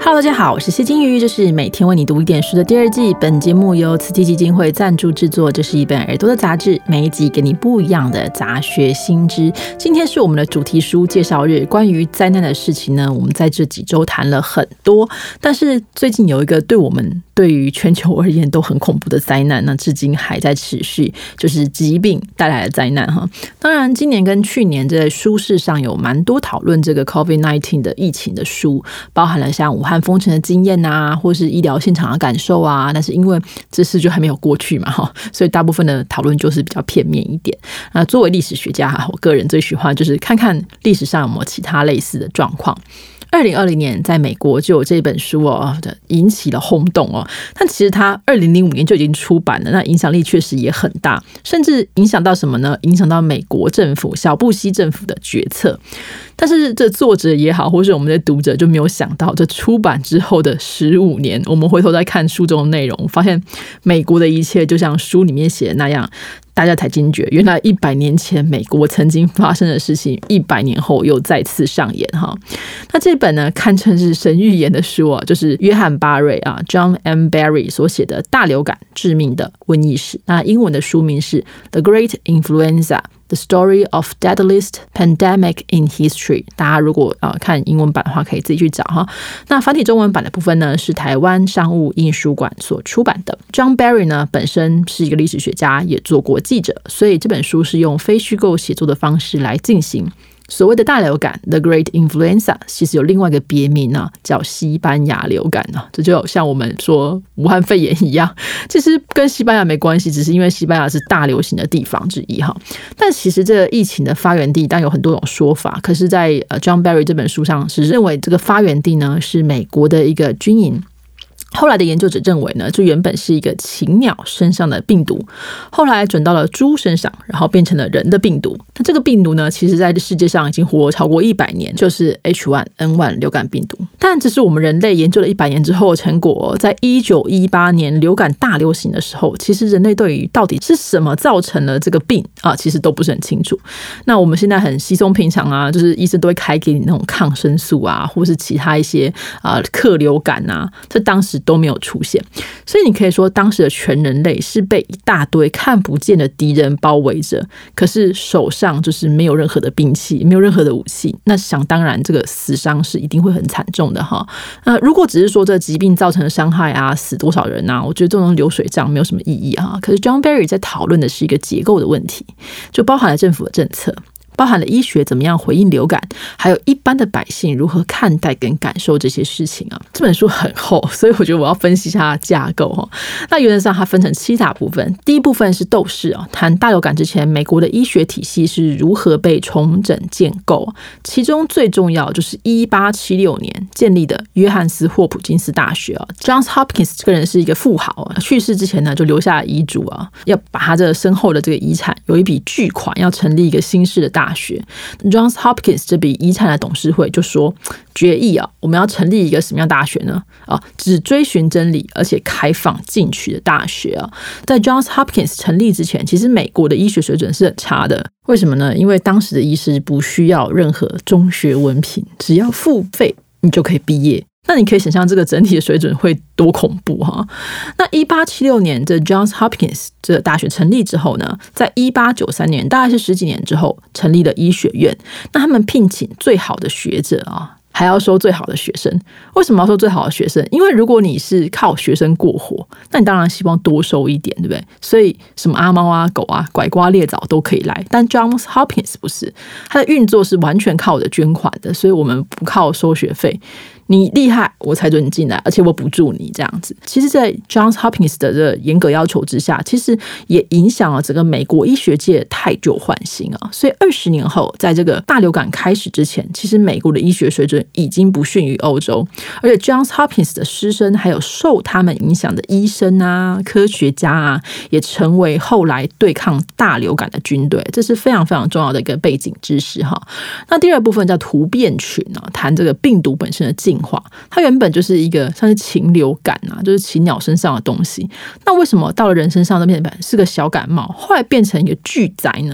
Hello， 大家好，我是谢金鱼，这是每天为你读一点书的第二季。本节目由慈济基金会赞助制作，这是一本耳朵的杂志，每一集给你不一样的杂学新知。今天是我们的主题书介绍日，关于灾难的事情呢，我们在这几周谈了很多，但是最近有一个对于全球而言都很恐怖的灾难，那至今还在持续，就是疾病带来的灾难哈。当然，今年跟去年在书市上有蛮多讨论这个 COVID-19 的疫情的书，包含了像武汉封城的经验啊，或是医疗现场的感受啊，但是因为这事就还没有过去嘛，所以大部分的讨论就是比较片面一点。那作为历史学家，我个人最喜欢就是看看历史上有没有其他类似的状况。2020年在美国就有这本书引起了轰动但其实它2005年就已经出版了，那影响力确实也很大，甚至影响到什么呢？影响到美国政府小布希政府的决策。但是这作者也好，或是我们的读者就没有想到，这出版之后的15年，我们回头再看书中的内容，发现美国的一切就像书里面写的那样，大家才惊觉原来100年前美国曾经发生的事情100年后又再次上演哈。那这本呢堪称是神预言的书就是约翰巴瑞John M. Barry 所写的大流感致命的瘟疫史，那英文的书名是 The Great Influenza，The Story of Deadliest Pandemic in History。 大家如果看英文版的话可以自己去找哈。那繁体中文版的部分呢是台湾商务印书馆所出版的。 John Barry 呢本身是一个历史学家，也做过记者，所以这本书是用非虚构写作的方式来进行。所谓的大流感 The Great Influenza 其实有另外一个别名叫西班牙流感这就像我们说武汉肺炎一样，其实跟西班牙没关系，只是因为西班牙是大流行的地方之一但其实这个疫情的发源地当然有很多种说法，可是在John Barry 这本书上是认为这个发源地呢是美国的一个军营。后来的研究者认为呢，这原本是一个禽鸟身上的病毒，后来转到了猪身上，然后变成了人的病毒。那这个病毒呢，其实在世界上已经活超过100年，就是 H1N1 流感病毒。但这是我们人类研究了100年之后的成果在1918年流感大流行的时候，其实人类对于到底是什么造成了这个病其实都不是很清楚。那我们现在很稀松平常就是医生都会开给你那种抗生素或是其他一些克流感这当时都没有出现，所以你可以说当时的全人类是被一大堆看不见的敌人包围着，可是手上就是没有任何的兵器，没有任何的武器，那想当然这个死伤是一定会很惨重的如果只是说这疾病造成的伤害死多少人我觉得这种流水账没有什么意义可是 John Barry 在讨论的是一个结构的问题，就包含了政府的政策，包含了医学怎么样回应流感，还有一般的百姓如何看待跟感受这些事情这本书很厚，所以我觉得我要分析一下它的架构那原则上它分成7大部分。第一部分是斗士谈大流感之前美国的医学体系是如何被重整建构，其中最重要就是1876年建立的约翰斯霍普金斯大学Johns Hopkins 这个人是一个富豪去世之前呢就留下了遗嘱要把他这身后的这个遗产有一笔巨款要成立一个新式的大学。 Johns Hopkins 这笔遗产的董事会就说决议我们要成立一个什么样的大学呢只追寻真理而且开放进取的大学在 Johns Hopkins 成立之前，其实美国的医学水准是很差的。为什么呢？因为当时的医师不需要任何中学文凭，只要付费你就可以毕业。那你可以想象这个整体的水准会多恐怖那1876年这 Johns Hopkins 这个大学成立之后呢，在1893年大概是10几年之后成立了医学院。那他们聘请最好的学者还要收最好的学生。为什么要收最好的学生？因为如果你是靠学生过活，那你当然希望多收一点，对不对？所以什么阿猫狗拐瓜裂枣都可以来，但 Johns Hopkins 不是，它的运作是完全靠我的捐款的，所以我们不靠收学费。你厉害我才准你进来，而且我补助你这样子。其实在 Johns Hopkins 的这个严格要求之下，其实也影响了整个美国医学界汰旧换新所以20年后在这个大流感开始之前，其实美国的医学水准已经不逊于欧洲，而且 Johns Hopkins 的师生还有受他们影响的医生科学家也成为后来对抗大流感的军队，这是非常非常重要的一个背景知识那第二部分叫突变群谈这个病毒本身的进化。它原本就是一个像是禽流感就是禽鸟身上的东西，那为什么到了人身上都变成是个小感冒，后来变成一个巨灾呢？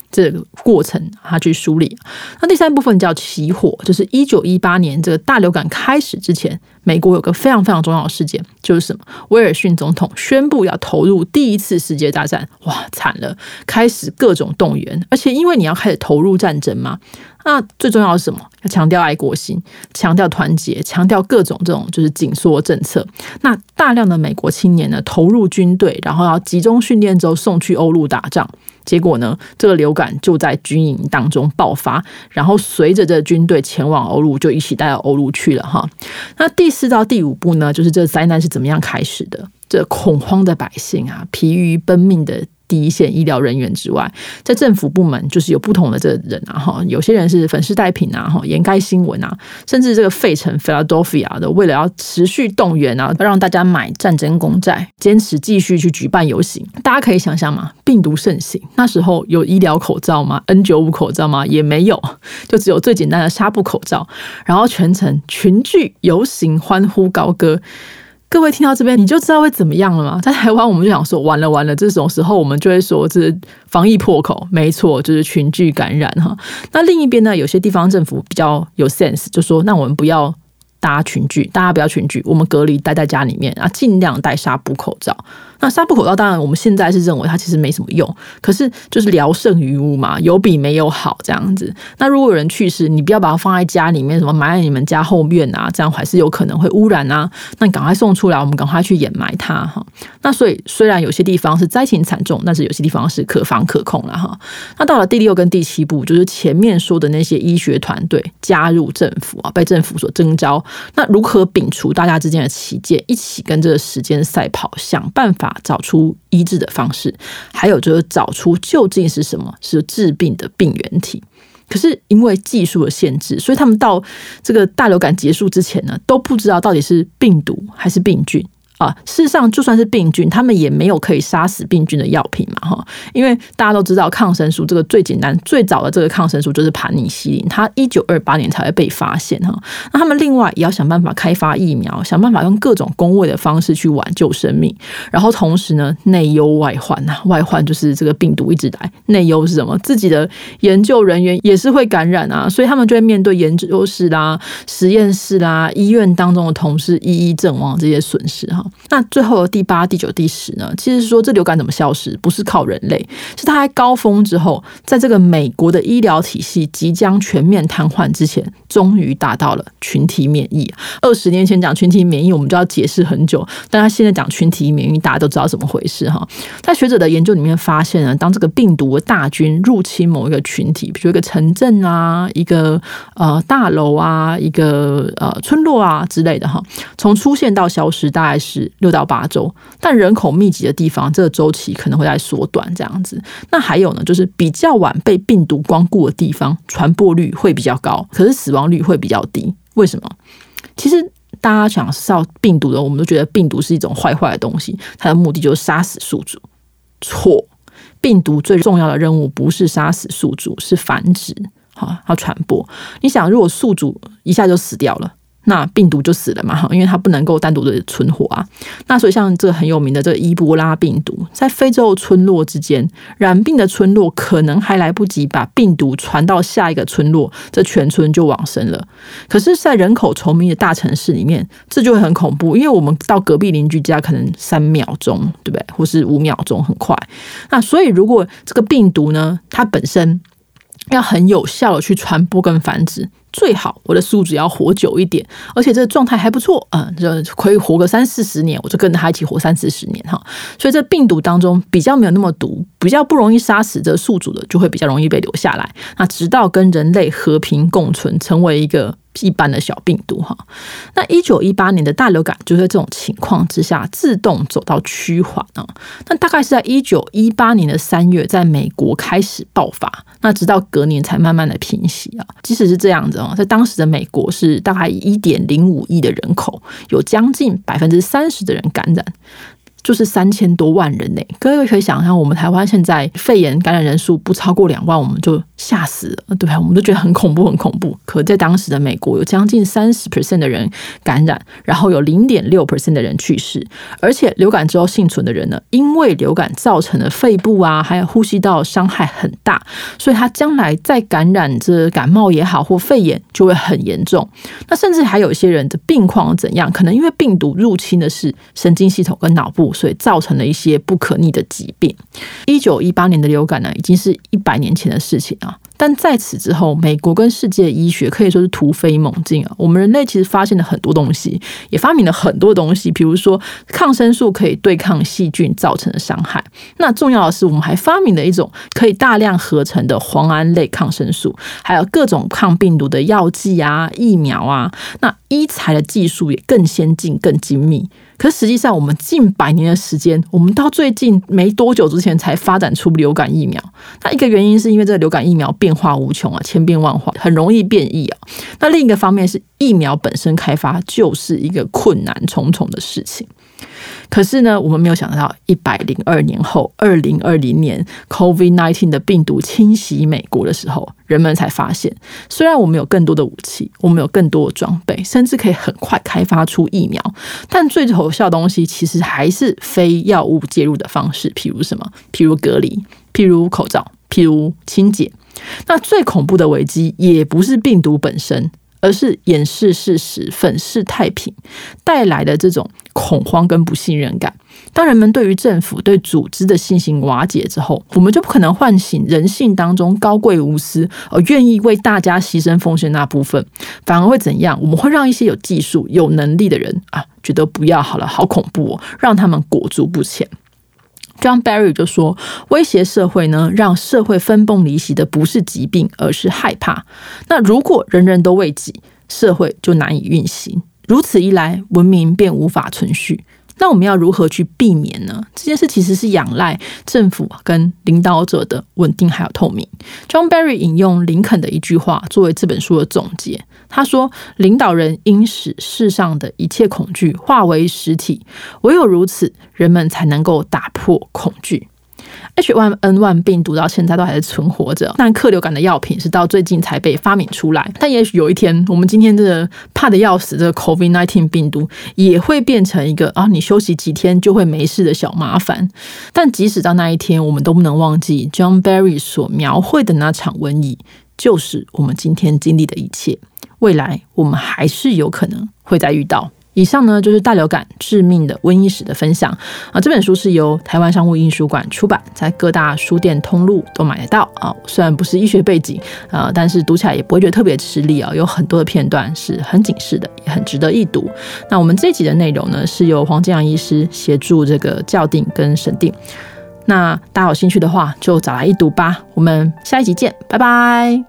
这个过程他去梳理。那第三部分叫起火，就是1918年这个大流感开始之前，美国有个非常非常重要的事件，就是什么？威尔逊总统宣布要投入第一次世界大战。哇，惨了，开始各种动员，而且因为你要开始投入战争嘛，那最重要的是什么？要强调爱国心，强调团结，强调各种这种就是紧缩政策。那大量的美国青年呢投入军队，然后要集中训练之后送去欧陆打仗。结果呢，这个流感就在军营当中爆发，然后随着这军队前往欧陆，就一起带到欧陆去了哈。那第4到第5步呢，就是这灾难是怎么样开始的？这恐慌的百姓啊，疲于奔命的第一线医疗人员之外，在政府部门就是有不同的这个人啊，有些人是粉饰太平啊，掩盖新闻啊，甚至这个费城 Philadelphia 的为了要持续动员啊，让大家买战争公债，坚持继续去举办游行。大家可以想象嘛，病毒盛行，那时候有医疗口罩吗？ N95 口罩吗？也没有，就只有最简单的纱布口罩，然后全程群聚游行欢呼高歌。各位听到这边你就知道会怎么样了吗？在台湾我们就想说完了完了，这种时候我们就会说这是防疫破口，没错，就是群聚感染哈。那另一边呢，有些地方政府比较有 sense， 就说那我们不要大家群聚，大家不要群聚，我们隔离待在家里面啊，尽量戴纱布口罩。那纱布口罩当然我们现在是认为它其实没什么用，可是就是聊胜于无嘛，有比没有好这样子。那如果有人去世，你不要把它放在家里面，什么埋在你们家后院啊，这样还是有可能会污染啊。那你赶快送出来，我们赶快去掩埋它哈。那所以虽然有些地方是灾情惨重，但是有些地方是可防可控了哈。那到了第6跟第7步，就是前面说的那些医学团队加入政府啊，被政府所征召。那如何摒除大家之间的歧见，一起跟这个时间赛跑，想办法找出医治的方式，还有就是找出究竟是什么是治病的病原体。可是因为技术的限制，所以他们到这个大流感结束之前呢，都不知道到底是病毒还是病菌啊。事实上就算是病菌，他们也没有可以杀死病菌的药品嘛哈。因为大家都知道抗生素这个最简单最早的这个抗生素就是盘尼西林，它1928年才会被发现哈。那他们另外也要想办法开发疫苗，想办法用各种工位的方式去挽救生命，然后同时呢内忧外患啊，外患就是这个病毒一直来，内忧是什么？自己的研究人员也是会感染啊，所以他们就会面对研究室啦、实验室啦、医院当中的同事一一阵亡这些损失哈。那最后的第8、第9、第10呢？其实说这流感怎么消失，不是靠人类，是它在高峰之后，在这个美国的医疗体系即将全面瘫痪之前，终于达到了群体免疫。20年前讲群体免疫，我们就要解释很久，但他现在讲群体免疫，大家都知道怎么回事哈。在学者的研究里面发现呢，当这个病毒的大军入侵某一个群体，比如一个城镇啊、一个大楼啊、一个村落啊之类的哈，从出现到消失大概是6到8周，但人口密集的地方，这个周期可能会在缩短这样子。那还有呢，就是比较晚被病毒光顾的地方，传播率会比较高，可是死亡率会比较低。为什么？其实大家想知道病毒的，我们都觉得病毒是一种坏的东西，它的目的就是杀死宿主。错，病毒最重要的任务不是杀死宿主，是繁殖，要传播。你想，如果宿主一下就死掉了，那病毒就死了嘛，因为它不能够单独的存活啊。那所以像这个很有名的这个伊波拉病毒，在非洲村落之间，染病的村落可能还来不及把病毒传到下一个村落，这全村就往生了。可是在人口稠密的大城市里面，这就会很恐怖，因为我们到隔壁邻居家可能3秒钟，对不对？或是5秒钟，很快。那所以如果这个病毒呢，它本身要很有效的去传播跟繁殖，最好我的宿主要活久一点，而且这个状态还不错，就可以活个30-40年，我就跟着他一起活30-40年哈。所以这病毒当中比较没有那么毒，比较不容易杀死这宿主的，就会比较容易被留下来。那直到跟人类和平共存，成为一个一般的小病毒哈。那1918年的大流感就在这种情况之下自动走到趋缓啊。那大概是在1918年的3月，在美国开始爆发，那直到隔年才慢慢的平息啊。即使是这样子在当时的美国是大概1.05亿的人口，有将近30%的人感染。 就是3000多万人呢。各位可以想象，我们台湾现在肺炎感染人数不超过2万，我们就吓死了，对吧？我们都觉得很恐怖，很恐怖。可在当时的美国，有将近30% 的人感染，然后有0.6% 的人去世，而且流感之后幸存的人呢，因为流感造成的肺部啊，还有呼吸道伤害很大，所以他将来再感染这感冒也好或肺炎就会很严重。那甚至还有一些人的病况怎样，可能因为病毒入侵的是神经系统跟脑部，所以造成了一些不可逆的疾病。1918年的流感呢，已经是100年前的事情啊。但在此之后，美国跟世界医学可以说是突飞猛进啊！我们人类其实发现了很多东西，也发明了很多东西，比如说抗生素可以对抗细菌造成的伤害。那重要的是，我们还发明了一种可以大量合成的磺胺类抗生素，还有各种抗病毒的药剂啊、疫苗啊。那医材的技术也更先进、更精密。可是实际上，我们近100年的时间，我们到最近没多久之前才发展出流感疫苗。那一个原因是因为这个流感疫苗变化无穷啊，千变万化，很容易变异啊。那另一个方面是疫苗本身开发就是一个困难重重的事情。可是呢，我们没有想到102年后2020年 COVID-19 的病毒侵袭美国的时候，人们才发现，虽然我们有更多的武器，我们有更多的装备，甚至可以很快开发出疫苗，但最有效的东西其实还是非药物介入的方式，譬如什么？譬如隔离，譬如口罩，譬如清洁。那最恐怖的危机也不是病毒本身，而是掩饰事实、粉饰太平带来的这种恐慌跟不信任感。当人们对于政府、对组织的信心瓦解之后，我们就不可能唤醒人性当中高贵无私而愿意为大家牺牲奉献那部分，反而会怎样？我们会让一些有技术、有能力的人啊，觉得不要好了，好恐怖哦，让他们裹足不前。John Barry 就说，威胁社会呢，让社会分崩离析的不是疾病，而是害怕。那如果人人都为己，社会就难以运行，如此一来，文明便无法存续。那我们要如何去避免呢？这件事其实是仰赖政府跟领导者的稳定还有透明。John Barry 引用林肯的一句话作为这本书的总结，他说，领导人应使世上的一切恐惧化为实体，唯有如此，人们才能够打破恐惧。H1N1 病毒到现在都还是存活着，但克流感的药品是到最近才被发明出来。但也许有一天，我们今天这个怕的要死这个 COVID-19 病毒也会变成一个你休息几天就会没事的小麻烦。但即使到那一天，我们都不能忘记 John Barry 所描绘的那场瘟疫，就是我们今天经历的一切。未来我们还是有可能会再遇到。以上呢就是大流感致命的瘟疫史的分享啊。这本书是由台湾商务印书馆出版，在各大书店通路都买得到啊。虽然不是医学背景但是读起来也不会觉得特别吃力啊。有很多的片段是很警示的，也很值得一读。那我们这一集的内容呢，是由黄建阳医师协助这个校订跟审定。那大家有兴趣的话，就找来一读吧。我们下一集见，拜拜。